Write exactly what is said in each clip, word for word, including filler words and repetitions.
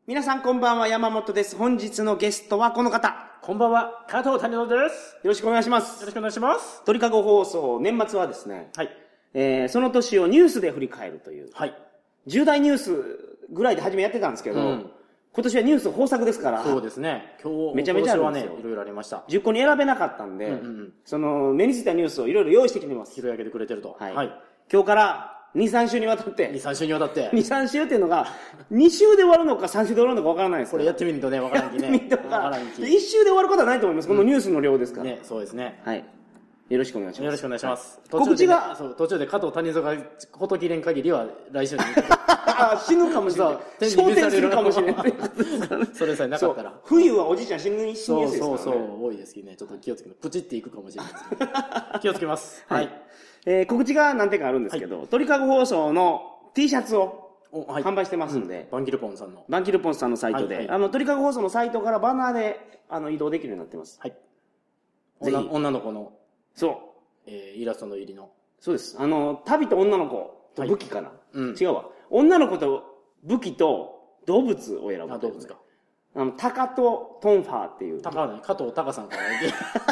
皆さんこんばんは、山本です。本日のゲストはこの方。 こんばんは、加藤谷蔵です。 よろしくお願いします。 よろしくお願いします。 鳥かご放送、年末はですね、 はい。 えー、その年をニュースで振り返るという、 はい。 重大ニュースぐらいで初めやってたんですけど、うん、今年はニュース豊作ですから。 そうですね。今日、 めちゃめちゃあるんですよ。 今年はね、いろいろありました。 じゅっこに選べなかったんで、うんうんうん、その、目についたニュースをいろいろ用意してきてます。 拾い上げてくれてると。 はい。はい、今日から、に、さん週にわたって。 に、さん週にわたって。 に、さん週っていうのが、に週で終わるのかさん週で終わるのかわからないです。 これやってみるとね、わからんきね。 やってみるとわからんき。いち週で終わることはないと思います。このニュースの量ですから。 ね、そうですね。 はい。よろしくお願いします。 よろしくお願いします。 告知が、 そう、途中で加藤谷蔵がこと切れん限りは来週に。 死ぬかもしれない。昇天するかもしれない。 それさえなかったら。 冬はおじいちゃん死に、死にやすいですからね。 そうそうそう、多いですけどね。ちょっと気をつけて、プチっていくかもしれないですけど。気をつけます。はい。 えー、告知が何点かあるんですけど、はい、鳥かご放送の T シャツを販売してますんで、はいうん、 バンキルポンさんの。 バンキルポンさんのサイトで、はいはい、あの、鳥かご放送のサイトからバナーで、あの、移動できるようになってます。 はい。女, 女の子の。 そう。 えー、イラストの入りの。 そうです。あの、旅と女の子と武器かな。はいうん、違うわ。女の子と武器と動物を選ぶ。 あ、動物か。 あの、タカとトンファーっていう。 タカはね、加藤タカさんからね。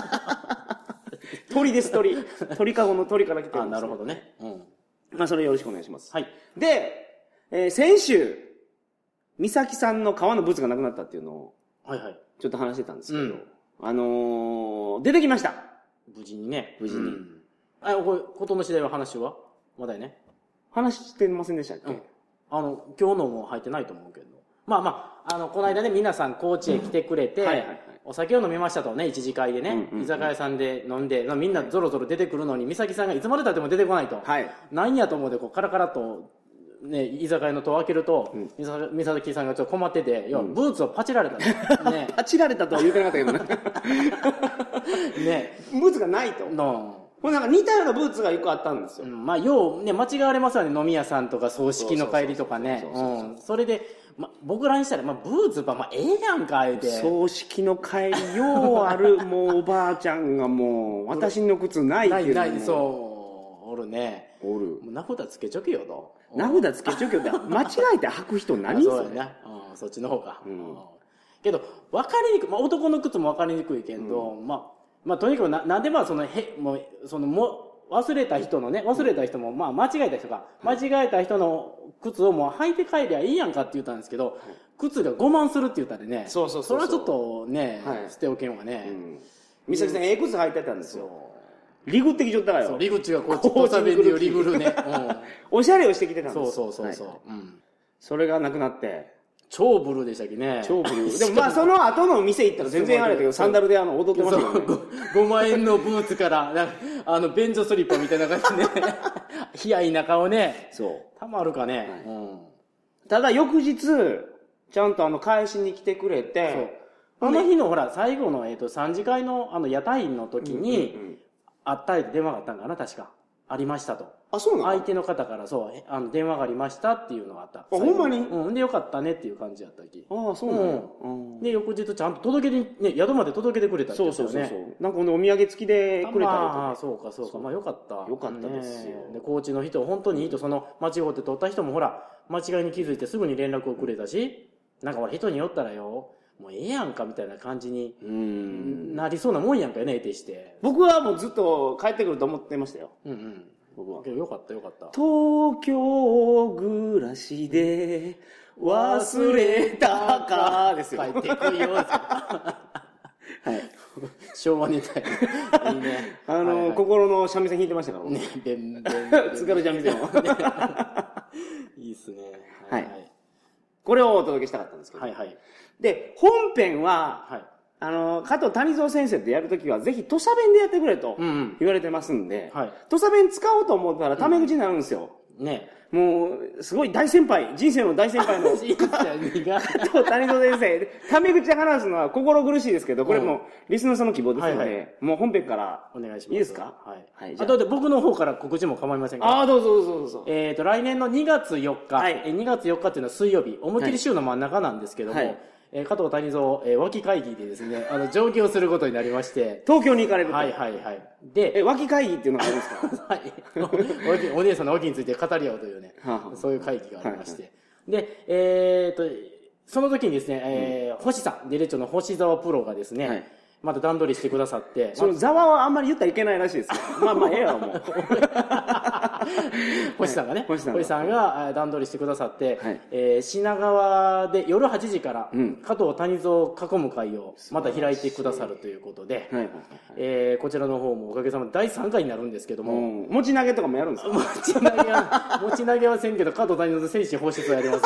鳥です、鳥。鳥かごの鳥から来てるんです。 あ、なるほどね。うん。 まあ、それよろしくお願いします。 はい。 で、えー、先週、美咲さんの革のブーツがなくなったっていうのを、 はいはい。 ちょっと話してたんですけど、うん、あのー、出てきました。 無事にね。 無事に。うん、 あ、これ、ことの次第は話はまだよね。 話してませんでしたっけ、うん、あの、今日のも入ってないと思うけど。まあまあ、あの、この間ね、皆さん高知へ来てくれて、はいはいはい、お酒を飲みましたとね、一次会でね、うんうんうん、居酒屋さんで飲んで、まあ、みんなゾロゾロ出てくるのに、美咲さんがいつまで経っても出てこないと。はい。何やと思うで、こう、カラカラと、ね、居酒屋の戸を開けると、うん、美咲さんがちょっと困ってて、要は、ブーツをパチられた、ね。ねパチられたとは言うてなかったけどね。ね。ブーツがないと。 のこれなんか似たようなブーツが一個あったんですよ。 うん、まあ、よう、ね、間違われますよね、飲み屋さんとか、葬式の帰りとかね。それで、ま、僕らにしたら、まあ、ブーツば、まあ、ええやんか、あえて。 葬式の帰り、ようある、もうおばあちゃんがもう、私の靴ないっていう。 ない、ない、そう、おるね。 おる。 名札つけちょけよと。 名札つけちょけよって、間違えて履く人何それ。 そうやね。うん、そっちの方が。うん。けど、わかりにくい、まあ、男の靴もわかりにくいけど、うん、まあ、まあ、とにかくな、なんでまあ、その、へ、もう、その、も、忘れた人のね、忘れた人も、まあ、間違えた人が、間違えた人の靴をもう履いて帰りゃいいやんかって言ったんですけど、靴がごまんするって言ったらね、 そうそうそう。 それはちょっとね、はい、捨ておけんわね。うん。 美咲さん、ええ靴履いてたんですよ。リグってきちゃったからよ。 そう、リグっちがこっち、交差点でリグルね。うん。 おしゃれをしてきてたんですそうそうそうそう。はい、うん。 それがなくなって。 超ブルーでしたっけね。 超ブルー。でもまあその後の店行ったら全然あれだけど、サンダルであの踊ってましたよね。 ごまん円のブーツから、あの、便所スリッパみたいな感じでね、冷や田舎をね、そう。たまるかね。はいうん、 ただ翌日、ちゃんとあの、返しに来てくれて、 そう。あの日のほら、最後の、えっと、さん次会のあの、屋台の時に、あったりって電話があったんかな、確か。ありましたと。 あ、そうなの相手の方からそう、あの、電話がありましたっていうのがあった。あ、 ほんまにうん。で、よかったねっていう感じやったき。 ああ、そうなの、 うん、で、翌日ちゃんと届けに、ね、宿まで届けてくれたって言ってたよね。そうそうそう。 なんかお土産付きでくれたりとか。 ああ、そうかそうか。まあよかった。 よかったですよ。 で、高知の人、本当にいいと、その、間違って取った人もほら、間違いに気づいてすぐに連絡をくれたし、なんかほら、人によったらよ、もうええやんかみたいな感じになりそうなもんやんかよね、得てして。 僕はもうずっと帰ってくると思ってましたよ。 うんうん。僕は。よかったよかった。 東京暮らしで忘れたかですよ。 帰ってこいよ。はい。昭和ネタや。いいね。 あの、はいはい、心の三味線弾いてましたからね。 べんべん。 津軽三味線を。 いいっすね。 はい。はい、これをお届けしたかったんですけど。 はいはい。 で、本編は、はい、あの、加藤谷蔵先生とやるときは、ぜひ土佐弁でやってくれと言われてますんで、うんうんはい、土佐弁使おうと思ったらタメ口になるんですよ。うん、ね。もう、すごい大先輩、人生の大先輩の、加藤谷蔵先生、タメ口で話すのは心苦しいですけど、これもリスナーさんの希望ですので、はいはい、もう本編からお願いします。いいですか？ はい。はい、あとで僕の方から告知も構いませんか？ ああ、どうぞどうぞどうぞ。 えっと、来年のにがつよっか、はい、にがつよっかっていうのは水曜日、思いっきり週の真ん中なんですけども、はいえー、加藤谷蔵、えー、脇会議でですね、あの、上京することになりまして。 東京に行かれると。 はいはいはい。 で、え、脇会議っていうのがあるんですか？はいお。お姉さんの脇について語り合うというね、はあはあ、そういう会議がありまして。はいはい、で、えー、っと、 その時にですね、えー、星さん、デレッチョの星沢プロがですね、はい、また段取りしてくださって。 そのざわはあんまり言ったらいけないらしいですよ。まあまあ、ええわ、もう。 星さんがね、星さんが、星さんが段取りしてくださって、はい、えー、品川で夜はちじから、うん、加藤谷蔵を囲む会をまた開いてくださるということで、はい、えー、こちらの方もおかげさまでだいさんかいになるんですけども、うん、 持ち投げとかもやるんですか？ 持ち投げは、持ち投げはせんけど、加藤谷蔵と精神放出をやります。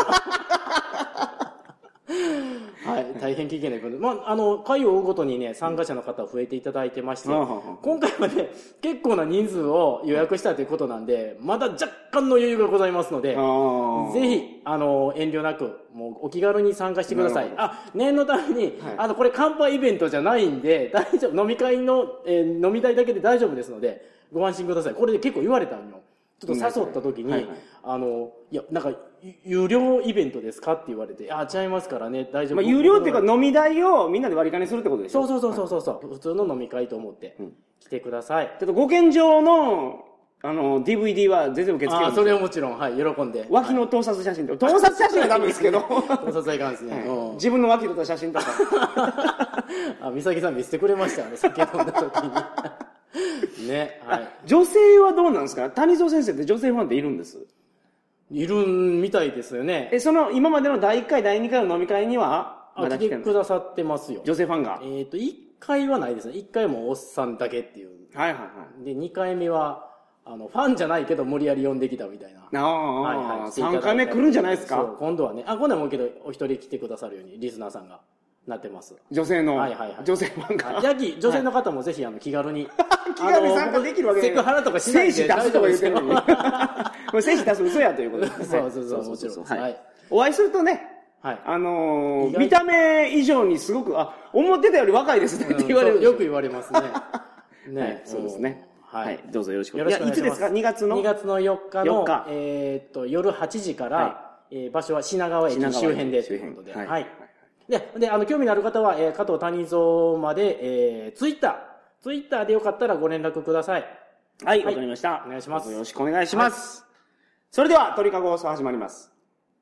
はい、大変危険なイベント。まあ、あの、回を追うごとにね、参加者の方増えていただいてまして、うん、今回はね、結構な人数を予約したということなんで、まだ若干の余裕がございますので、ぜひ、あの、遠慮なく、もうお気軽に参加してください。あ、念のために、はい、あの、これ乾杯イベントじゃないんで、大丈夫、飲み会の、えー、飲み代だけで大丈夫ですので、ご安心ください。これで結構言われたんよ。ちょっと誘った時に、はいはい、あの、いや、なんか、有料イベントですかって言われて、あ、違いますからね、大丈夫。 まあ、有料っていうか飲み代をみんなで割り勘にするってことでしょ？ そうそうそうそうそう、はい、普通の飲み会と思って来てください。 ちょっとご献上の、あの、ディーブイディー は全然受け付けるんですよ。 あ、それはもちろん、はい、喜んで。 脇の盗撮写真とか、盗撮写真はダメですけど。 盗撮はいかんですね。 うん、自分の脇とった写真とか。 あ、美咲さん見せてくれましたね、酒飲んだ時に。ね、はい。 女性はどうなんですか？谷蔵先生って女性ファンっているんです？ いるみたいですよね。 え、その、今までのだいいっかい、だいにかいの飲み会には、 まだ来てくださってますよ。 女性ファンが。 えっと、いっかいはないですね。いっかいもおっさんだけっていう。 はいはいはい。 で、にかいめは、あの、ファンじゃないけど無理やり呼んできたみたいな。 ああ、はいはい。さんかいめ来るんじゃないですか？そう、 今度はね。あ、今度はもうけど、お一人来てくださるように、リスナーさんが。なってます。 女性の、 はいはいはい、 女性ファンが。 ヤギ、女性の方もぜひあの気軽に。 気軽に参加できるわけセクハラとかしないで。 精子出すとか言ってるのに。これ精子出す嘘やということですね。 そうそうそう、もちろん。 はい。お会いするとね、はい、あのー、見た目以上にすごく、あ、思ってたより若いですねって言われる、うん、 よく言われますね。 ね、はい、そうですね。はい、はい。どうぞよろしくお願いします。 いつですか？ に 月のにがつのよっかの、えっと、夜はちじから、はい、えー、場所は品川駅周辺でということで。はい。はい、で、で、あの、興味のある方は、えー、加藤谷蔵まで、えー、ツイッター、ツイッターでよかったらご連絡ください。 はい、わ、はい、かりました。 お願いします。 よろしくお願いします。はい、それでは、鳥かご放送始まります。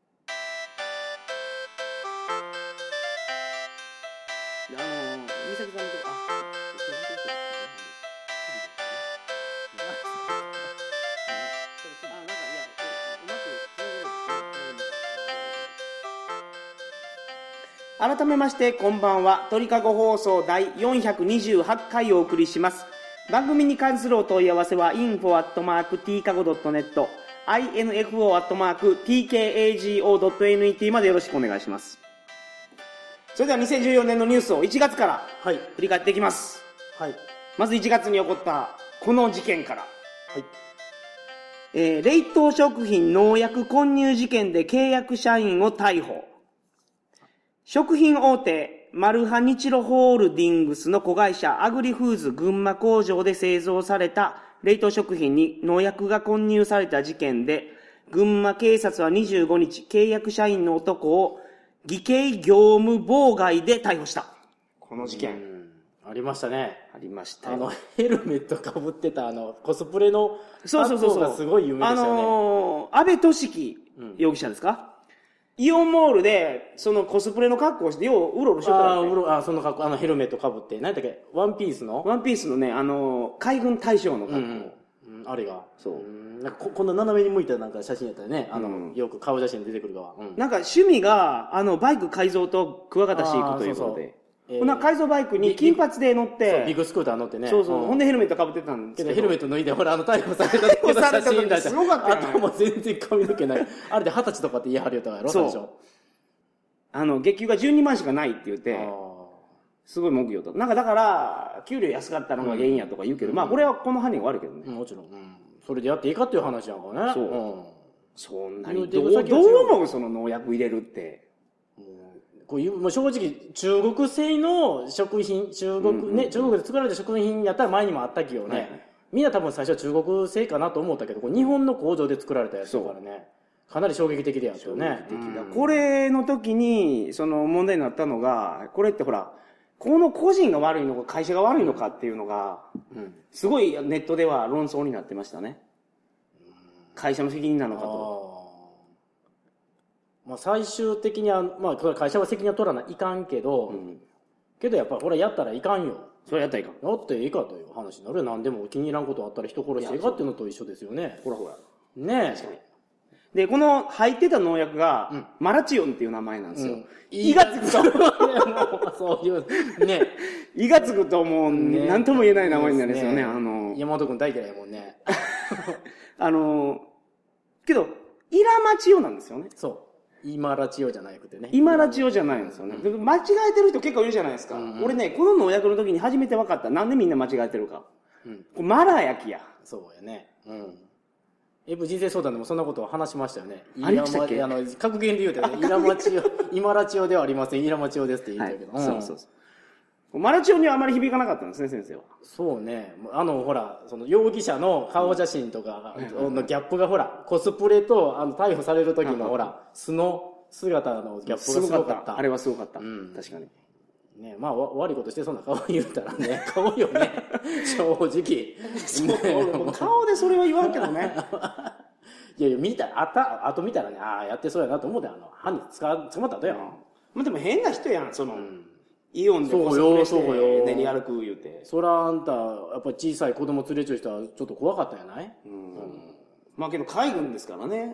あのー、美咲さんのとこ、あ、改めましてこんばんは。鳥かご放送第よんひゃくにじゅうはちかいをお送りします。番組に関するお問い合わせは インフォ アットマーク ティーカゴ ドットネット インフォ アットマーク ティーケーエージーオー ドットネット までよろしくお願いします。それではにせんじゅうよねんのニュースをいちがつから振り返っていきます。はい。まずいちがつに起こったこの事件から。はい。えー、冷凍食品農薬混入事件で契約社員を逮捕。食品大手、マルハニチロホールディングスの子会社アグリフーズ群馬工場で製造された冷凍食品に農薬が混入された事件で、群馬警察はにじゅうごにち、契約社員の男を偽計業務妨害で逮捕した。この事件。 ありましたね。 ありましたよ。 あの、ヘルメットかぶってたあの、コスプレの格好がすごい有名でしたよね。 あのー、安倍俊樹容疑者ですか、うんイオンモールで、そのコスプレの格好をして、よう、うろうろしてたんですよ。ああ、その格好、あのヘルメットかぶって、何だっけ、ワンピースのワンピースのね、あの、海軍大将の格好。うんうん、あれが。 そう。 うんなんかこ、こんな斜めに向いたなんか写真やったよね。あの、うん、よく顔写真出てくる側。 うん、なんか趣味が、あの、バイク改造とクワガタ飼育ということで。こんな改造バイクに金髪で乗って、 ビッグスクーター乗ってね。 そうそう。ほんでヘルメットかぶってたんですけど。 ヘルメット脱いで、ほら、あの、逮捕された時の写真だった。 すごかったよね。 頭全然髪の毛ない。あれで二十歳とかって言い張るよったから、最初。 あの、月給がじゅうにまんしかないって言って、すごい文句言うと。なんかだから、給料安かったのが原因やとか言うけど、まあこれはこの犯人が悪いけどね。 もちろん。それでやっていいかっていう話やんかね。 そう。そんなに。どう思うその農薬入れるって。 こういう、もう正直、中国製の食品、中国ね、中国で作られた食品やったら前にもあったけどね。みんな多分最初は中国製かなと思ったけど、日本の工場で作られたやつだからね。かなり衝撃的でやったよね。 うん、これの時に、その問題になったのが、これってほら、この個人が悪いのか会社が悪いのかっていうのが、うん、すごいネットでは論争になってましたね。会社の責任なのかと。 まあ最終的には、まあこれ会社は責任は取らないかんけど、うん、けどやっぱこれやったらいかんよ。 それやったらいかん。 やっていいかという話になるよ。何でも気に入らんことあったら人殺していいかっていうのと一緒ですよね。 ほらほら。 ねえ。 確かに。で、この入ってた農薬が、うん、マラチオンっていう名前なんですよ。うん、胃がつくと。 そういう、ね。 胃がつくともう、ね、なんとも言えない名前になるんですよね。ねあの山本くん大嫌いやもんね。 あの、けど、イラマチオなんですよね。 そう。イマラチオじゃなくてね。 イマラチオじゃないんですよね。うん、間違えてる人結構いるじゃないですか。うんうん、俺ね、この農薬の時に初めて分かった。なんでみんな間違えてるか。うん、これマラ焼きや。 そうやね。うん。エブ人生相談でもそんなことを話しましたよね。 ありましたっけ？ あの、格言で言うてね、イラマチオ、イマラチオではありません、イラマチオですって言ったけど。はい、 そうそうそう。マラチオにはあまり響かなかったんですね、先生は。 そうね。あの、ほら、その容疑者の顔写真とかのギャップがほら、コスプレと、あの、逮捕される時のほら、素の姿のギャップがすごかった。すごかった。 あれはすごかった。うん、確かに。 ねまあ、悪いことしてそうな顔言うたらね、顔よね。正直。 そう、顔でそれは言わんけどね。 いやいや、見た、あた、あと見たらね、ああ、やってそうやなと思って、あの、犯人捕まったとやん。 まあでも変な人やん、その、うん、イオンでコスプレして練り歩く言うて。 そらあんた、やっぱ小さい子供連れちゃう人はちょっと怖かったんやない？うん。うん、 まあけど海軍ですからね。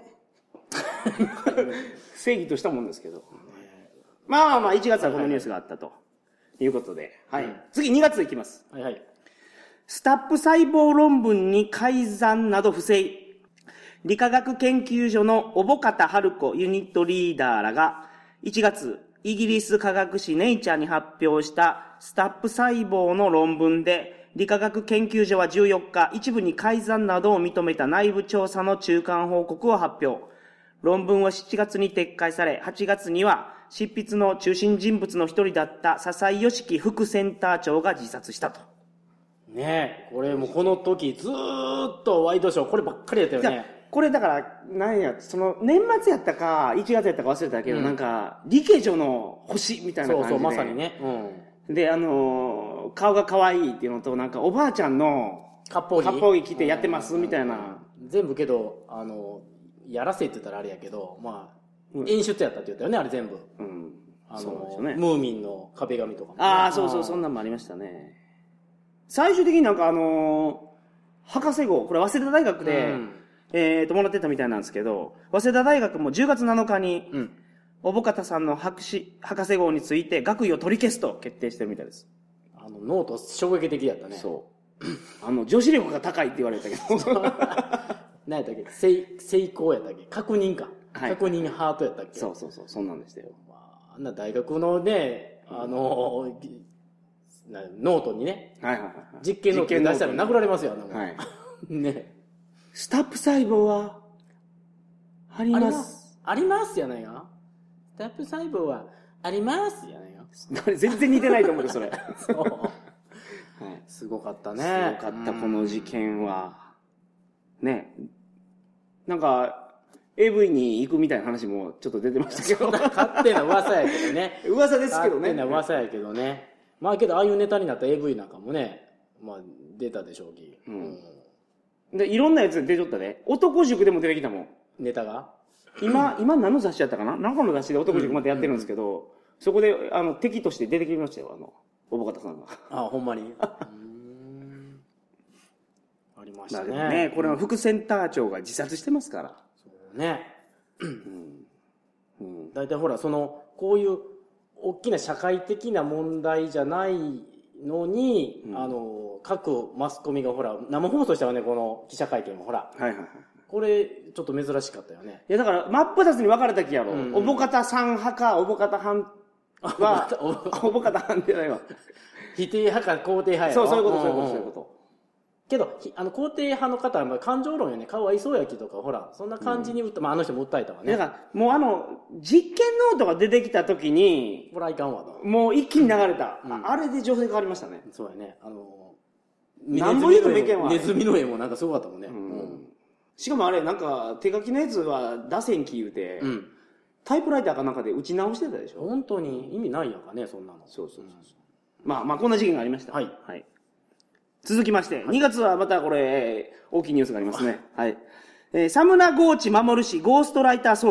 正義としたもんですけど。まあまあいちがつはこのニュースがあったということで。はい。はい、次にがついきます。 はいはい。 スタップ細胞論文に改ざんなど不正。理化学研究所の小保方春子ユニットリーダーらがいちがつ、イギリス科学誌ネイチャーに発表したスタップ細胞の論文で、理化学研究所はじゅうよっか、一部に改ざんなどを認めた内部調査の中間報告を発表。論文はしちがつに撤回され、はちがつには執筆の中心人物の一人だった笹井良樹副センター長が自殺したと。 ねえ、これもうこの時ずーっとワイドショーこればっかりやったよね。 これだから、なんや、その、年末やったか、いちがつやったか忘れたけど、うん、なんか、理系女の星みたいな感じで。 そうそう、まさにね。 うん、で、あのー、顔が可愛いっていうのと、なんか、おばあちゃんの、 割烹着割烹着着てやってます、みたいな、 うん。全部けど、あの、やらせって言ったらあれやけど、まあ、うん、演出やったって言ったよね、あれ全部。うん。あの、ね、ムーミンの壁紙とかも、ね。 ああ、そうそう、そんなんもありましたね。最終的になんかあのー、博士号、これ早稲田大学で、うんえーと、もらってたみたいなんですけど、早稲田大学もじゅうがつなのかに、うん、小保方さんの博士、博士号について学位を取り消すと決定してるみたいです。 あの、ノート衝撃的やったね。 そう。あの、女子力が高いって言われたけど。 何やったっけ成、成功やったっけ確認か。はい、確認ハートやったっけそうそうそう、そんなんでしたよ。 まあ、あんな大学のね、あの、ノートにね、 はいはいはい、 実験ノートに出したら殴られますよ、あの。はい。ね。 スタップ細胞は、あります。 ありますやないよ。スタップ細胞は、ありますやないよ。 全然似てないと思うよ、それ。そう。 はい。すごかったね。 すごかった、この事件は。ね。なんか、エーブイ に行くみたいな話もちょっと出てましたけど。 勝手な噂やけどね。 噂ですけどね。 勝手な噂やけどね。まあけど、ああいうネタになった エーブイ なんかもね、まあ出たでしょうき。うん。 で、いろんなやつで出ちゃったね。男塾でも出てきたもん。 ネタが今、今何の雑誌やったかななんかの雑誌で男塾までやってるんですけど、うんうん、そこで、あの、敵として出てきましたよ、あの、小保方さんが。 ああ、ほんまに。うーんありましたね。 ね、これは副センター長が自殺してますから。 そうね。うんうん、大体ほら、その、こういう大きな社会的な問題じゃないのに、うん、あの、各マスコミがほら、生放送したわね、この記者会見もほら。はいはいはい。これ、ちょっと珍しかったよね。 いや、だから、真っ二つに分かれた気やろ。うんうん、おぼかたさん派か、おぼかた派は、おぼかた派じゃないわ。 否定派か肯定派やろ。 そう、そういうこと、そういうこと、そういうこと。 けど、あの、肯定派の方は、感情論よね。顔はいそうやきとか、ほら、そんな感じに、うん、まあ、あの人も訴えたわね。 だから、もうあの、実験ノートが出てきた時に、 これはいかんわと。 もう一気に流れた。うん、あれで情勢変わりましたね。 そうやね。あの、 何も言うともいけんわ。 ネズミの絵もなんかすごかったもんね。うんうん、しかもあれ、なんか、手書きのやつは出せんき言うて、うん、タイプライターかなんかで打ち直してたでしょ。 本当に意味ないやんかね、そんなの。 そうそうそうそう。うん、まあまあ、こんな事件がありました。はい。はい。続きまして、はい、にがつはまたこれ、大きいニュースがありますね。はい。えー、サムナゴーチ守氏ゴーストライター騒動。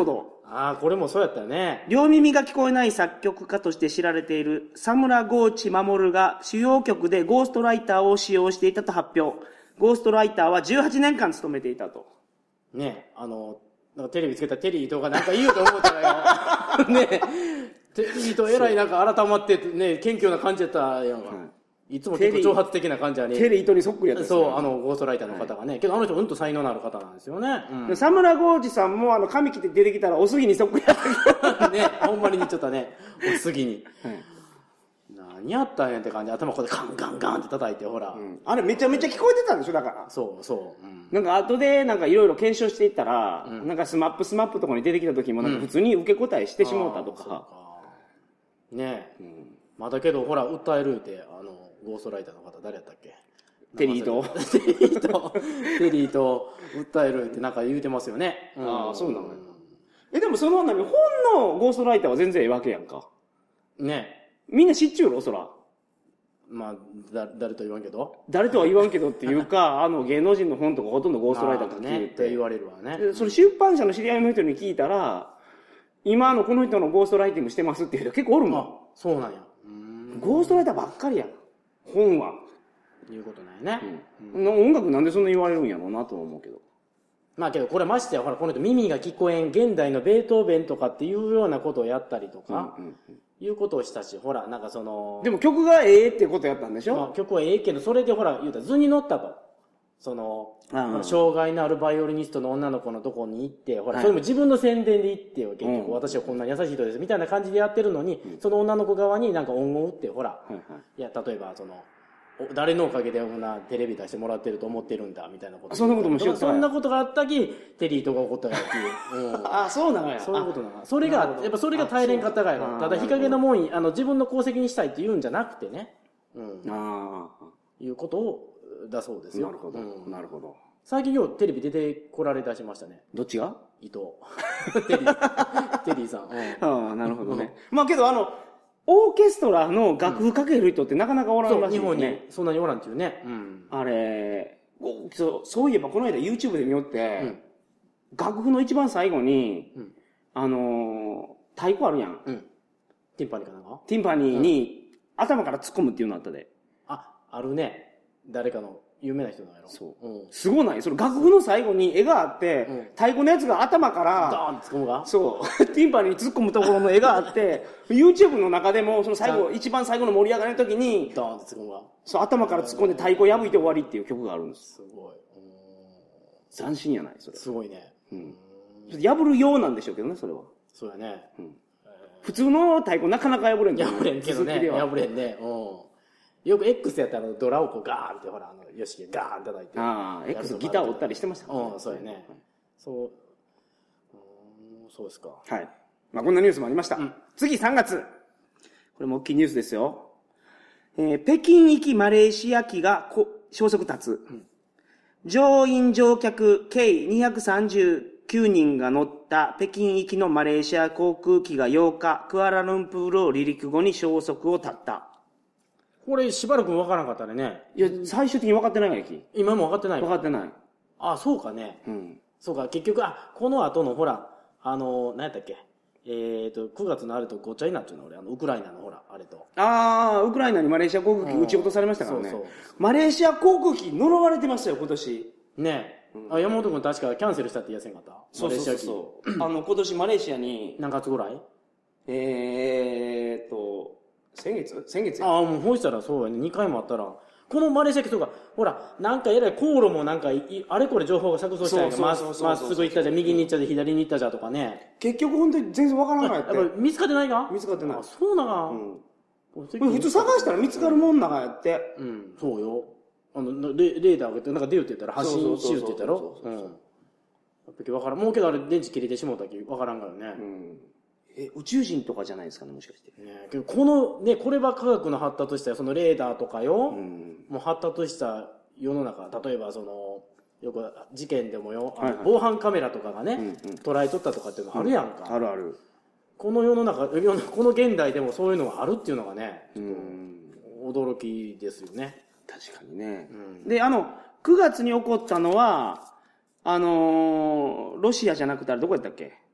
ああ、これもそうやったよね。 両耳が聞こえない作曲家として知られている佐村郷地守が主要曲でゴーストライターを使用していたと発表。ゴーストライターはじゅうはちねんかん勤めていたと。 ね、あの、なんかテレビつけたテリーとかなんか言うと思ったらよ。ね、テリーとえらいなんか改まってね、謙虚な感じやったやんか。いつも結構挑発的な感じやね。 テリーとにそっくりやった、ね。 そう、あの、ゴーストライターの方がね。はい、けどあの人うんと才能のある方なんですよね。 うん、佐村郷地さんもあの、髪切って出てきたらおすぎにそっくりやったけど。 ね、ほんまにちょっとね、おすぎに。はい、何やったんやって感じで頭こうやってガンガンガンって叩いて、ほら、うん。あれめちゃめちゃ聞こえてたんでしょ、だから。 そうそう。うん、 なんか後でなんかいろいろ検証していったら、うん、なんかスマップスマップとかに出てきた時もなんか普通に受け答えしてしもうたとか。 うん、ねえ、うん。まだけどほら、訴えるって、あの、ゴーストライターの方誰やったっけ？ テリーとテリーと、テリーと訴えるってなんか言うてますよね。 うん、ああ、そうなのよ。え、でもその何、本のゴーストライターは全然ええわけやんか。 ね。 みんな知っちゅうろ、そら。 まあ、だ、誰と言わんけど誰とは言わんけどっていうか、あの芸能人の本とかほとんどゴーストライター書きねって言われるわね。 それ出版社の知り合いの人に聞いたら、今のこの人のゴーストライティングしてますっていう人結構おるもん。あ、 そうなんや。 ゴーストライターばっかりやん。本は。 いうことなんやね。 うん。音楽なんでそんな言われるんやろうなと思うけど。 まあけどこれましてや、ほら、この人耳が聞こえん、現代のベートーベンとかっていうようなことをやったりとか、うんうんうん、いうことをしたし、ほら、なんかその。 でも曲がええってことやったんでしょ？ まあ、曲はええけど、それでほら、言うたら図に乗ったと。その、うん、障害のあるバイオリニストの女の子のとこに行って、ほら、はい、それも自分の宣伝で行って、結局、うん、私はこんな優しい人です、みたいな感じでやってるのに、うん、その女の子側になんか音を打って、ほら、はいはい、いや、例えば、その、誰のおかげでこんなテレビ出してもらってると思ってるんだみたいなこと。 そんなこともしよった。 そんなことがあったき、テリーとか起こったからっていう。うん、 あ、そうなのよ。 そういうことなの。それが、やっぱそれが大変方がやろ。ただ日陰のもん、あの、自分の功績にしたいって言うんじゃなくてね。うん。ああ。いうことを、だそうですよ。 なるほど。うん、なるほど。 最近ようテレビ出てこられ出しましたね。 どっちが？ 伊藤。テリー。テリーさん。 うん、ああ、なるほどね。まあけどあの、オーケストラの楽譜かける人ってなかなかおらんらしいよね。 日本にそんなにおらんっていうね。 うん。あれ、そう、そういえばこの間 YouTube で見よって、うん、楽譜の一番最後に、うん、あのー、太鼓あるやん。うん。 ティンパニーかなんか？ ティンパニーに、うん、頭から突っ込むっていうのあったで。 あ、あるね。誰かの有名な人なんやろ。 そう。うん、すごない？その楽譜の最後に絵があって、うん、太鼓のやつが頭から、 ドーンって突っ込むが？ そう。ティンパニーに突っ込むところの絵があって、YouTube の中でも、その最後、一番最後の盛り上がりの時に、 ドーンって突っ込むが？ そう、頭から突っ込んで太鼓破いて終わりっていう曲があるんです。 すごい。 斬新やないそれ。 すごいね。 うん。破るようなんでしょうけどね、それは。 そうやね。うん。 普通の太鼓なかなか破れんけど。 破れんけどね。破れんね。うん。よく X やったらドラをこうガーンってほら、あの、ヨシキガーン叩いて。 ああ、X ギター折ったりしてましたからね。うん、そうやね。そう、うん、そうですか。 はい。まあこんなニュースもありました。うん、次さんがつ。これも大きいニュースですよ。えー、北京行きマレーシア機がこ消息立つ。うん、乗員乗客計にひゃくさんじゅうきゅうにんが乗った北京行きのマレーシア航空機がようか、クアラルンプールを離陸後に消息を絶った。 これしばらく分からなかったね。 いや、最終的に分かってないわ、駅。 今も分かってない分かってない。 あ、そうかね。うん。そうか、結局、あ、この後のほら、あの、何やったっけ。えっと、くがつのあれとごちゃになっちゃうの、俺、あの、ウクライナのほら、あれと。 ああ、ウクライナにマレーシア航空機撃ち落とされましたからね。そうそう。マレーシア航空機呪われてましたよ、今年。 ねえ。うん、あ、山本君確かキャンセルしたって言いやせんかった？ そうそうそうそう。あの、今年マレーシアに。 何月ぐらい？ えーっと、先月先月ああ、もう、ほいしたらそうやね。にかいもあったら。このマレーシア機とか、ほら、なんかえらい航路もなんか、あれこれ情報が錯綜したりとか、まっすぐ行ったじゃ、右に行ったじゃ、左に行ったじゃとかね。 結局本当に全然わからないって。 やっぱ見つかってないか？ 見つかってない。 あ、そうなが。うん。 普通探したら見つかるもんながやって。 うん、そうよ。あの、レレーダー上げて、なんか出るって言ったら発信しるって言ったろ？うん。やっぱりわからん。もうけどあれ電池切れてしもうたきわからんからね。うん。 え、宇宙人とかじゃないですかね、もしかして。 ね、けどこの、ね、これは科学の発達したそのレーダーとかよ、うん、もう発達した世の中、例えばその、よく事件でもよ、はいはい、防犯カメラとかがね、うんうん、捉えとったとかっていうのあるやんか。 うん、あるある。 この世の中、この現代でもそういうのがあるっていうのがね、ちょっと驚きですよね。 確かにね。うん、で、あの、くがつに起こったのは、あのー、ロシアじゃなくてあれどこやったっけ？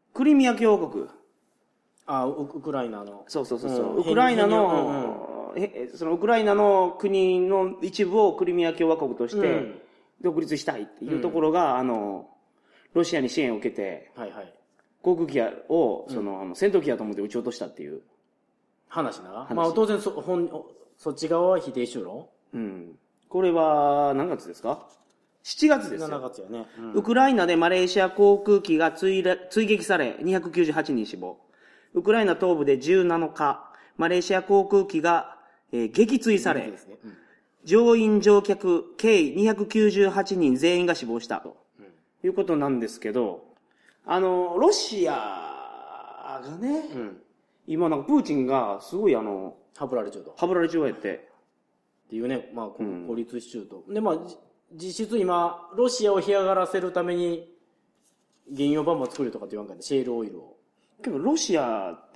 クリミア共和国。 あ、ウクライナの。 そうそうそうそう、うん、ウクライナの、うんうん、そのウクライナの国の一部をクリミア共和国として独立したいっていうところが、うん、あの、ロシアに支援を受けて、はいはい、航空機を、その、うん、戦闘機やと思って撃ち落としたっていう。 話な。話まあ当然そ、本、そっち側は否定しろ。 うん。これは、何月ですか？ しち 月ですよ。 しちがつやね、 うん。ウクライナでマレーシア航空機が追追撃され、にひゃくきゅうじゅうはちにん死亡。ウクライナ東部でじゅうなのか、マレーシア航空機が、えー、撃墜され、ねうん、乗員乗客計にひゃくきゅうじゅうはちにん全員が死亡したと、うん、いうことなんですけど、あの、ロシアがね、うん、今なんかプーチンがすごいあの、 ハブられちゃうと。 ハブられちゃうやって。 っていうね、まあ、孤立しちゅうと。で、まあ、実質今、ロシアを干上がらせるために、原油バンバン作るとかって言わんかね、シェールオイルを。 けど、ロシアって、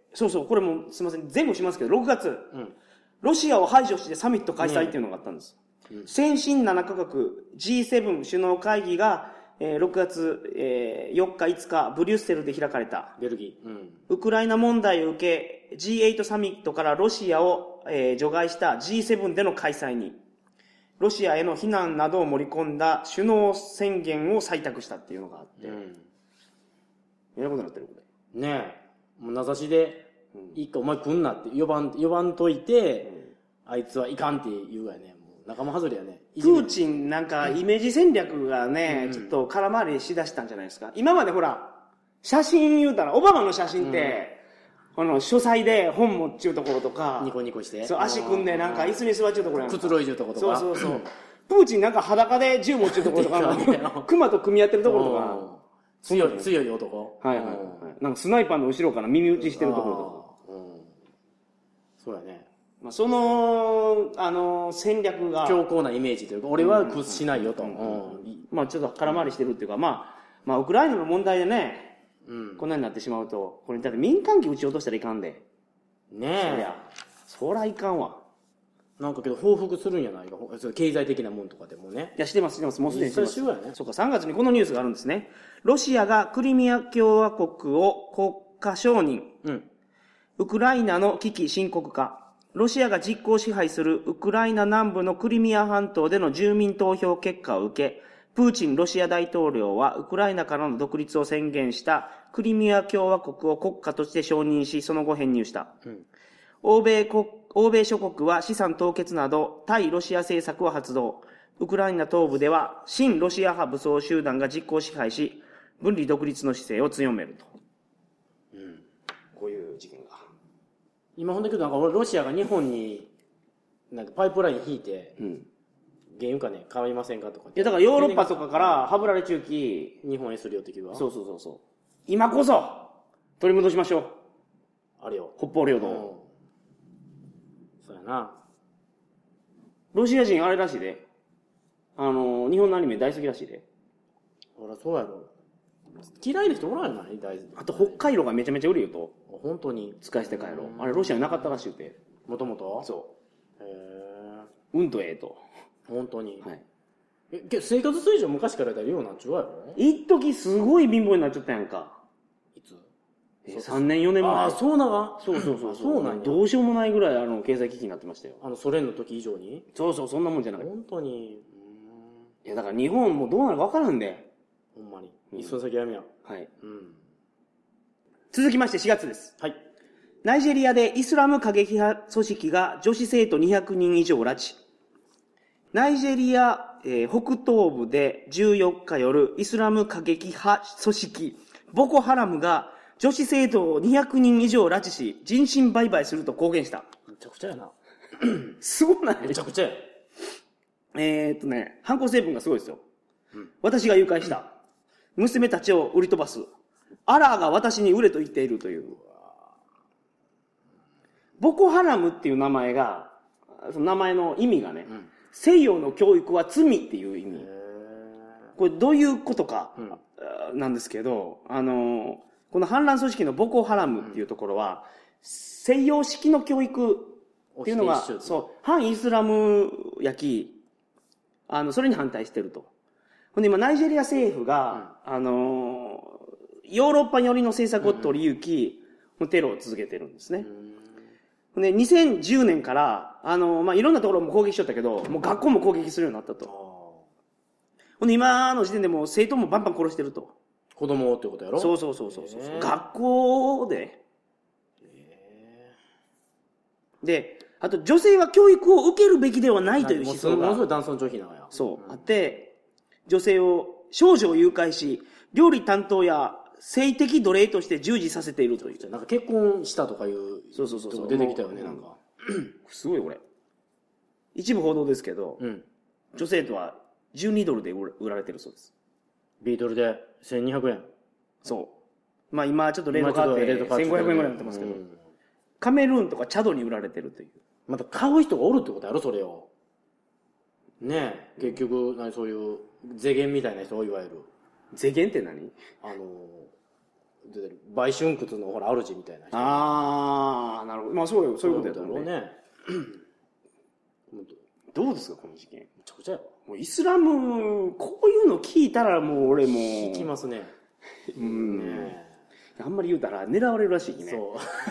そうそう、これもすみません、前後しますけど、ろくがつ、うん、ロシアを排除してサミット開催っていうのがあったんです。うん、先進ななカ国 ジーセブン 首脳会議が、えー、ろくがつ、えー、よっかいつかブリュッセルで開かれた。 ベルギー。うん、 ウクライナ問題を受け、ジーエイト サミットからロシアを、えー、除外した ジーセブン での開催に、ロシアへの非難などを盛り込んだ首脳宣言を採択したっていうのがあって。うん。えらいことになってるこれ。 ねえ。もう名指しで、うん、いいかお前来んなって呼ばん、呼ばんといて、うん、あいつはいかんって言うやね。仲間外れやね。 プーチンなんかイメージ戦略がね、うん、ちょっと空回りしだしたんじゃないですか。今までほら、写真言うたら、オバマの写真って、うん、この書斎で本持っちゅうところとか、 ニコニコして。 そう、足組んでなんか椅子に座っちゅうところやんか。 くつろいじゅうところとか。 そうそうそう。プーチンなんか裸で銃持っちゅうところとか、熊と組み合ってるところとか。 強い、強い男。 はいはいはい。なんかスナイパーの後ろから耳打ちしてるところとか。 うん、そうやね。 まあ、その、あの、戦略が。 強硬なイメージというか、俺は屈しないよと。 まあ、ちょっと空回りしてるっていうか、まあ、まあ、ウクライナの問題でね、うん、こんなになってしまうと、これ、だって民間機撃ち落としたらいかんで。 ねえ。 そりゃ、そらいかんわ。 なんかけど、報復するんやないか。経済的なもんとかでもね。 いや、してます、してます。もうすでにしてます。 そうやね。 そうか、さんがつにこのニュースがあるんですね。ロシアがクリミア共和国を国家承認。うん。ウクライナの危機深刻化。ロシアが実効支配するウクライナ南部のクリミア半島での住民投票結果を受け、プーチンロシア大統領はウクライナからの独立を宣言したクリミア共和国を国家として承認し、その後編入した。うん、欧米国、欧米諸国は資産凍結など対ロシア政策を発動。ウクライナ東部では親ロシア派武装集団が実効支配し、分離独立の姿勢を強めると。うん、こういう事件が。 今ほんだけどなんかロシアが日本になんかパイプライン引いて、うん、原油かね買いませんかとか。いやだからヨーロッパとかからハブられ中期日本へするよって気は。 そうそうそうそう。今こそ取り戻しましょう。 あれよ。 北方領土。うん、 そうやな。 ロシア人あれらしいで。あの日本のアニメ大好きらしいで。 ほらそうやろ。嫌いな人おらんやない大あと北海道がめちゃめちゃ売るよと。 本当に使い捨て回路。あれロシアになかったらしゅうて。 もともとそう。へえ。うんとええと。 本当に。はい。え、け生活水準昔からやったらようなっちゅうわよ。 一時すごい貧乏になっちゃったやんか。 いつえ、さんねんよねんまえ。 ああ、そうながそうそうそうそうなんや。 どうしようもないぐらいあの経済危機になってましたよ。 あのソ連の時以上にそうそう、そんなもんじゃない。 本当に。 いやだから日本もどうなるか分からんで。 ほんまに。いっそ先やめや。 はい。うん。続きましてしがつです。 はい。 ナイジェリアでイスラム過激派組織が女子生徒にひゃくにん以上拉致。ナイジェリア、えー、北東部でじゅうよっか夜、イスラム過激派組織、ボコハラムが女子生徒をにひゃくにん以上拉致し、人身売買すると公言した。 めちゃくちゃやな。 すごない？ めちゃくちゃや。 えーっとね、犯行成分がすごいですよ。うん、私が誘拐した。娘たちを売り飛ばす。アラーが私に売れと言っているという。ボコハラムっていう名前が、その名前の意味がね、うん、西洋の教育は罪っていう意味。これどういうことか、うん、なんですけど、あの、この反乱組織のボコハラムっていうところは、うん、西洋式の教育っていうのが、そう、反イスラム焼き、あの、それに反対してると。ほんで今、ナイジェリア政府が、うん、あの、 ヨーロッパ寄りの政策を取り行き、うん、テロを続けてるんですね。で、にせんじゅうねんから、あの、まあ、いろんなところも攻撃しとったけど、もう学校も攻撃するようになったと。ほんで、今の時点でもう生徒もバンバン殺してると。 子供ってことやろ？ そうそうそうそう。学校で。で、あと女性は教育を受けるべきではないという思想が。 ものすごい男尊女卑なのや。 そう。あって、女性を、少女を誘拐し、料理担当や性的奴隷として従事させているという。 なんか結婚したとかいう。 そうそうそうそう。 出てきたよね、なんか。 すごいこれ。一部報道ですけど、うん、女性とはじゅうにドルで売られてるそうです。 ビートルでせんにひゃくえん。 そう。まあ今ちょっとレート変わってせんごひゃくえんぐらいになってますけど、うん、カメルーンとかチャドに売られてるという。 また買う人がおるってことやろ、それを。ねえ、結局、何そういう税源みたいな人いわゆる。 税源って何？ あの、売春窟のほら、主みたいな人。 ああ、なるほど。まあそうよ、そういうことやと思うね。どうですか、この事件。めちゃくちゃや。 もうイスラム、こういうの聞いたらもう俺も。 聞きますね。 うん。ねあんまり言うたら狙われるらしいね。 そう。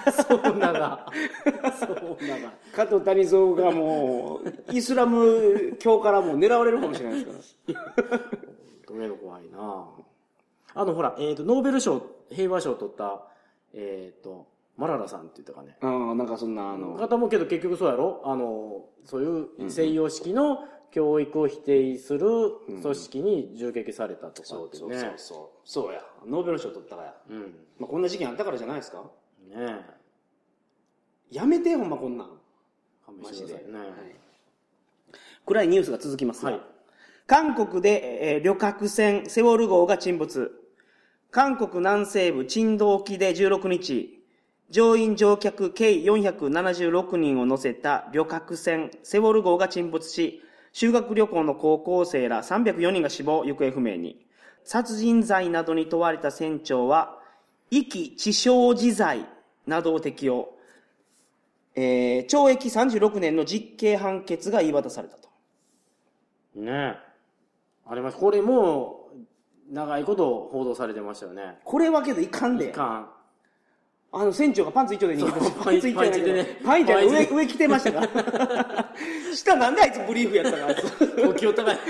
そうなが。そうなが。 加藤谷蔵がもう、イスラム教からもう狙われるかもしれないですから。 どれの怖いなあの、ほら、えっと、ノーベル賞、平和賞を取った、えっと、マララさんって言ったかね。 ああ、なんかそんな、あの。 方もけど結局そうやろあの、そういう西洋式の教育を否定する組織に銃撃されたとかってね。そうそうそう。そうや。ノーベル賞取ったからや。うん。まあこんな事件あったからじゃないですか？ねえ。やめて、ほんまこんなん。 マジで。ね。はい。 暗いニュースが続きますが。はい。韓国で、えー、旅客船セウォル号が沈没。韓国南西部チンド沖でじゅうろくにち、乗員乗客計よんひゃくななじゅうろくにんを乗せた旅客船セウォル号が沈没し、修学旅行の高校生らさんびゃくよにんが死亡、行方不明に。殺人罪などに問われた船長は、遺棄致傷自罪などを適用。えー、懲役さんじゅうろくねんの実刑判決が言い渡されたと。 ねえ。あります。これも、長いこと報道されてましたよね。 これはけどいかんで。 いかん。 あの、船長がパンツ一丁で逃げてました。 パンツ一丁でね。 パンツ一丁で上、上着てましたから。下なんであいつブリーフやったか、あいつ。 呼吸高い。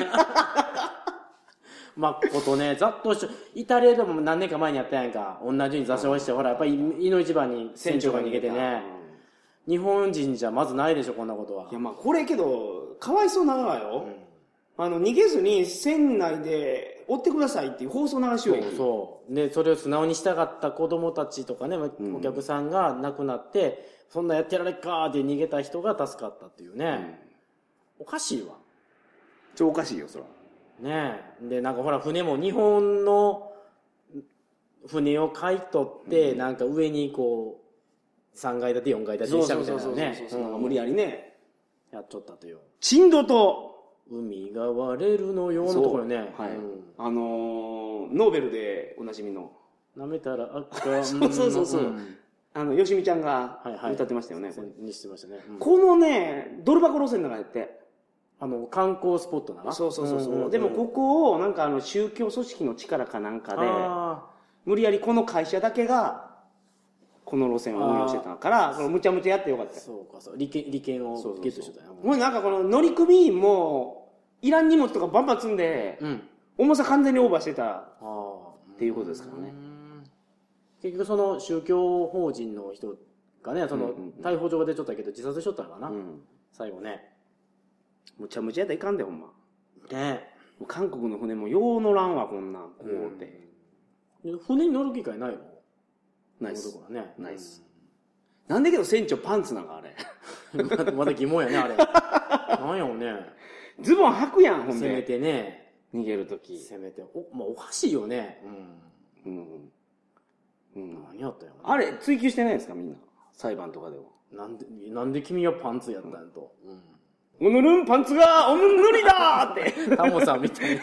まあ、ことね、ざっとし、イタリアでも何年か前にやったやんか。同じように座礁して、ほら、やっぱり、いの一番に船長が逃げてね。日本人じゃまずないでしょ、こんなことは。 いや、まあ、これけど、かわいそうなのはよ。うん、あの、逃げずに船内で追ってくださいっていう放送流しを。 そうそう。で、それを素直に従った子供たちとかね、お客さんが亡くなって、うん、そんなやってられっかーって逃げた人が助かったっていうね。うん、おかしいわ。 ちょ、おかしいよ、そら。 ねえ。で、なんかほら、船も日本の船を買い取って、うん、なんか上にこう、さんがい建てよんかい建てにしたみたいなね。 そうそうそうそう。無理やりね。 やっちゃったという。 珍島と、 海が割れるのよのところね。 はい。うん、あのー、ノーベルでおなじみの。 舐めたら赤そうそうそうそう。うん、あの、よしみちゃんが歌ってましたよね。 はいはい、にしてましたね。 うん、このね、ドル箱路線の中やって。 あの、観光スポットなの？ そうそうそうそう、うんうん。でもここを、なんかあの、宗教組織の力かなんかで、無理やりこの会社だけが、この路線を運用してたから、そのむちゃむちゃやってよかったよ。 そうか、そう。利権、利権をゲットしてたよ。 もうなんかこの乗組員も、いらん荷物とかバンバン積んで、うん、重さ完全にオーバーしてたっていうことですからね。 結局その宗教法人の人がね、その逮捕状が出ちゃったけど自殺しちゃったのかな、うん、最後ね。 むちゃむちゃやったらいかんで、ほんま。 ねもう韓国の船もよう乗らんわ、こんなん、こうって。 うん、船に乗る機会ないの？ ないっす。 ね、 ないっす。なんでけど船長パンツなんかあれ。 まだまだ疑問やね、あれ。なんやろね。 ズボン履くやん、ほんで。 せめてね。 逃げるとき。 せめて。お、まあ、おかしいよね。 うん。うん。うん。 何やったよ、ね。 あれ、追求してないですか、みんな。裁判とかでは。 なんで、なんで君はパンツやったんやと。 うん。おぬるんパンツが、おぬぬりだーって。 タモさんみたいな。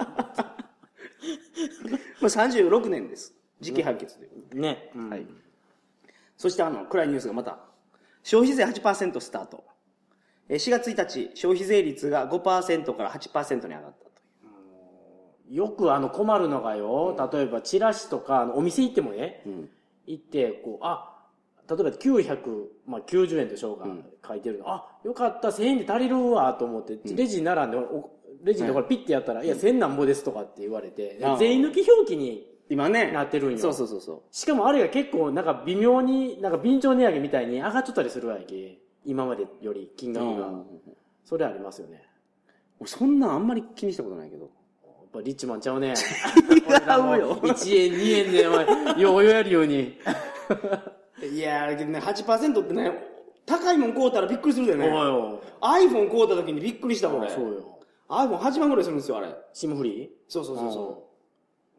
まあさんじゅうろくねんです。実刑判決ということで。 ね。 はい。そしてあの、暗いニュースがまた、消費税 はちパーセント スタート。しがつついたち、消費税率が ごパーセント から はちパーセント に上がったという。 よくあの困るのがよ、うん、例えばチラシとか、お店行ってもね、うん、行って、こう、あ、例えばきゅうひゃくきゅうじゅうえんでしょうか、うん、書いてるの。あ、よかった、せんえんで足りるわ、と思って、うん、レジに並んで、レジのところピッてやったら、うん、いや、せんなんぼですとかって言われて、全員抜き表記に今ね、なってるんよ。 そうそうそうそう。 しかもあれが結構、なんか微妙に、なんか便乗値上げみたいに上がっちゃったりするわけ。今までより金額が。それありますよね。 そんなんあんまり気にしたことないけど。やっぱリッチマンちゃうね。 違うよ。 いちえん、にえんで、お前、ようやるように。 いやー、ね、はちパーセントってね、高いもん買うたらびっくりするだよね。iPhone 買うた時にびっくりした、俺。そうよ。iPhoneはちまんぐらいするんですよ、あれ。 シムフリー？ そうそうそうそう。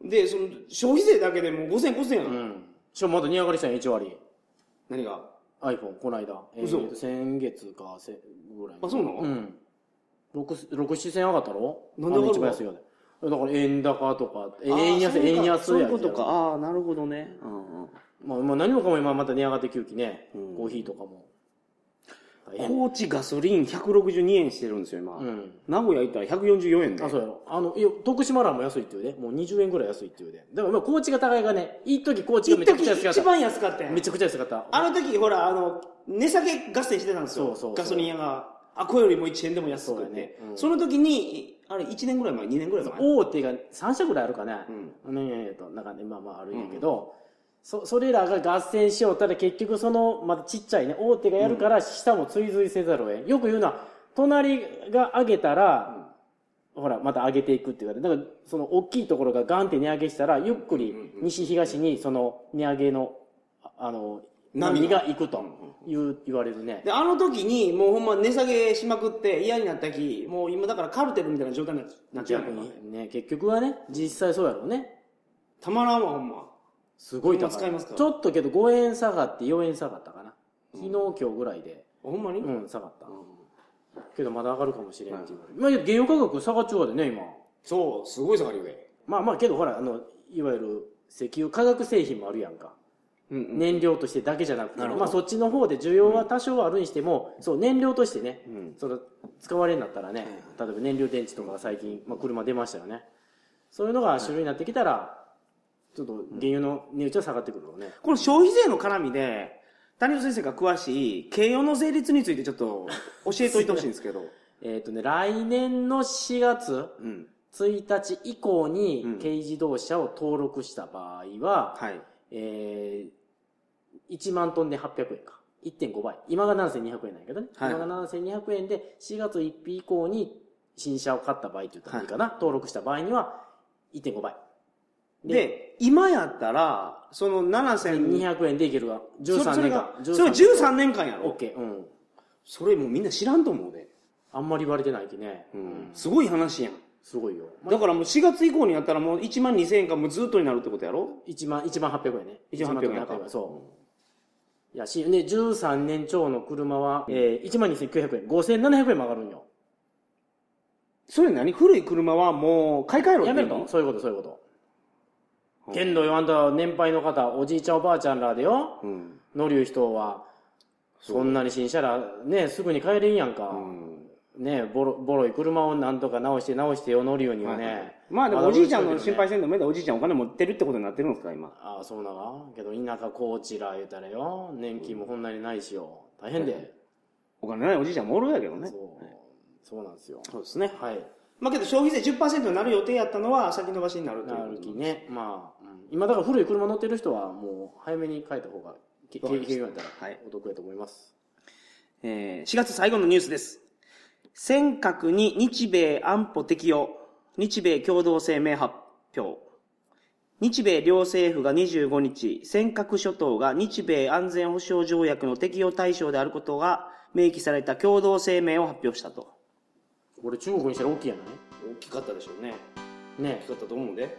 で、その、消費税だけでもうごせん越すやん。うん。 しかもまだ値上がりしたんや、いち割。 何が ?iPhone、この間。 嘘、 えー、先月か、せ、ぐらい。 あ、そうなの？ うん。六、六、七千上がったろ？ なんで上がるの？ 一番安いよね。だから円高とか、円安、円安や。 そういうことか。ああ、なるほどね。うんうん。 まあ、まあ何もかも今また値上がってきゅうきね。うん、コーヒーとかも。 高知ガソリンひゃくろくじゅうにえんしてるんですよ、今。うん。名古屋行ったらひゃくよんじゅうよえんで。 あ、そうやろ。あの、いや、徳島らも安いって言うで。もうにじゅうえんぐらい安いって言うで。だからまあ、高知が高いがね、いい時高知がめちゃくちゃ安かった。 一番安かったよ。 めちゃくちゃ安かった。 あの時、ほら、あの、値下げ合戦してたんですよ。そうそうそう。ガソリン屋が。あ、これよりもいちえんでも安くて。ね、うん、その時に、あれいちねんぐらい前、にねんぐらい前。 大手がさん社ぐらいあるかね。うん。ねえと、なんかね、まあまああるんやけど、うんそ、それらが合戦しよう。ただ結局その、またちっちゃいね、大手がやるから、下も追随せざるを得ん。よく言うのは、隣が上げたら、うん、ほら、また上げていくっていうか、だから、その大きいところがガンって値上げしたら、ゆっくり西東にその値上げの、あの、波がいくという、言われるね。 で、あの時に、もうほんま値下げしまくって嫌になったき、もう今だからカルテルみたいな状態になっちゃうからね。結局はね、実際そうやろうね。 たまらんわ、ほんま。 すごい高い。 使いますか？ ちょっとけどごえん下がってよえん下がったかな。昨日今日ぐらいで。 ほんまに？ うん、下がった。けどまだ上がるかもしれんっていう。まあ、原油価格下がっちゃうわでね、今。 そう、すごい下がるよね。 まあまあ、けどほら、あの、いわゆる石油化学製品もあるやんか。燃料としてだけじゃなくて、まあそっちの方で需要は多少はあるにしても、そう、燃料としてね、その、使われになったらね、例えば燃料電池とかが最近、まあ車出ましたよね。そういうのが主流になってきたら、ちょっと原油の値打ちは下がってくるよね。 この消費税の絡みで、谷戸先生が詳しい軽油の税率についてちょっと教えといてほしいんですけど。 えっとね、来年のしがつついたち以降に軽自動車を登録した場合は、うん、はい、えー、いちまんトンではっぴゃくえんか。いってんごばい。今がななせんにひゃくえんなんやけどね。はい、今がななせんにひゃくえんでしがつついたち以降に新車を買った場合って言ったらいいかな。はい、登録した場合にはいってんごばい。 で、で今やったら、そのななせんにひゃくえんでいけるわ。じゅうさんねんかん。 それじゅうさんねんかんやろ？ OK。うん。 それもうみんな知らんと思うで。 あんまり言われてないきね。 うん。すごい話やん。 すごいよ。 だからもうしがつ以降にやったらもういちまんにせんえんかもうずっとになるってことやろ？ いちまん、いちまんはっぴゃくえんね。 いちまんはっぴゃくえんか。 そう。いやし、ね、じゅうさんねん超の車は、えー、いちまんにせんきゅうひゃくえん。ごせんななひゃくえんも上がるんよ。 それ何？古い車はもう買い替えろってやめると？そういうこと、そういうこと。けんどよ、あんた年配の方、おじいちゃんおばあちゃんらでよ、うん、乗りゅう人は、そんなに新車ら、ね、すぐに帰れんやんか。うん、ね、ボロ、ボロい車をなんとか直して直してよ、乗りゅうにはね。はいはい、 まあでもおじいちゃんの心配せんでも、おじいちゃんお金持ってるってことになってるんですか、今。 ああ、そうなが。けど田舎高知ら言うたらよ、年金もこんなにないしよ。大変で。はい、 お金ないおじいちゃんもおるやけどね。 そう。そうなんですよ。 そうですね。 はい。 まあけど消費税 じゅっパーセント になる予定やったのは先延ばしになるということなるきね。まあ、うん、今だから古い車乗ってる人はもう早めに変えた方が、経費やったらお得やと思います。 はい、えー、しがつ最後のニュースです。尖閣に日米安保適用、日米共同声明発表。日米両政府がにじゅうごにち、尖閣諸島が日米安全保障条約の適用対象であることが明記された共同声明を発表したと。 これ中国にしたら大きいやない？ 大きかったでしょうね。 ね大きかったと思うんで。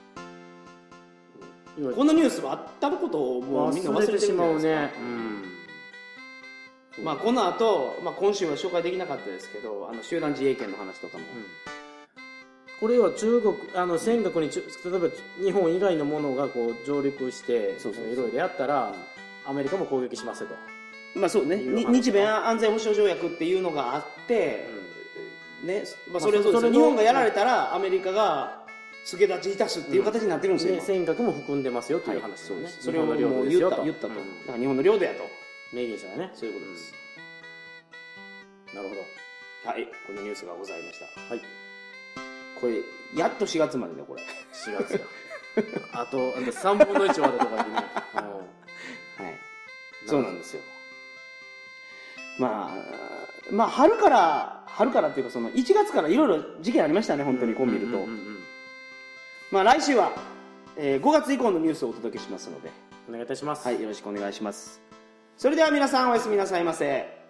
うん、こんなニュースはあったことをもうみんな忘れてるじゃないですか。ね、うん、まあこの後、まあ今週は紹介できなかったですけど、あの集団自衛権の話とかも。うん、 これは中国、あの尖閣に例えば日本以外のものがこう上陸して、そうそういろいろやったら、アメリカも攻撃しますよと。 まあそうね。日米安全保障条約っていうのがあって、うんね、まあそれそうです。日本がやられたらアメリカが助立ちいたすっていう形になってるんですよ、 うん、尖閣も含んでますよという話ですね、はい、 それをもう言った、言ったと、うん、だから日本の領土やと明言したね。 そういうことです、 うん、なるほど。 はい、このニュースがございました。 はい。 これやっとしがつまでだこれ。 しがつだ。あとあとさんぶんのいちまでとかでね。はい。 そうなんですよ。まあまあ春から春からっていうかそのいちがつからいろいろ事件ありましたね本当にこう見ると。まあ来週は、えー、ごがつ以降のニュースをお届けしますのでお願いいたします。 はい、よろしくお願いします。それでは皆さんおやすみなさいませ。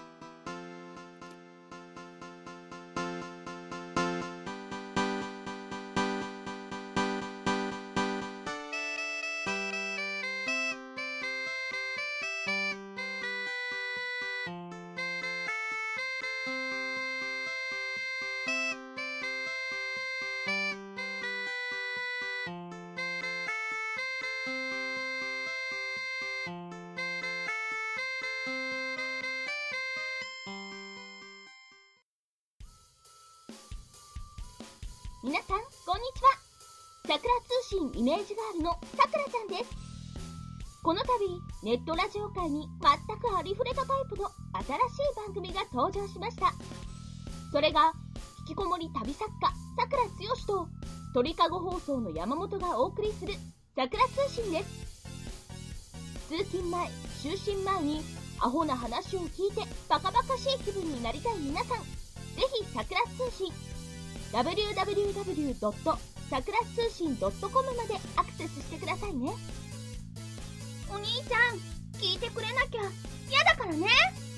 皆さんこんにちは。さくら通信イメージガールのさくらちゃんです。この度ネットラジオ界に全くありふれたタイプの新しい番組が登場しました。それが引きこもり旅作家さくらつよしと鳥かご放送の山本がお送りするさくら通信です。通勤前、就寝前にアホな話を聞いてバカバカしい気分になりたい皆さん、ぜひさくら通信ダブリューダブリューダブリュードットさくら通信ドットコム までアクセスしてくださいね。お兄ちゃん、聞いてくれなきゃ嫌だからね。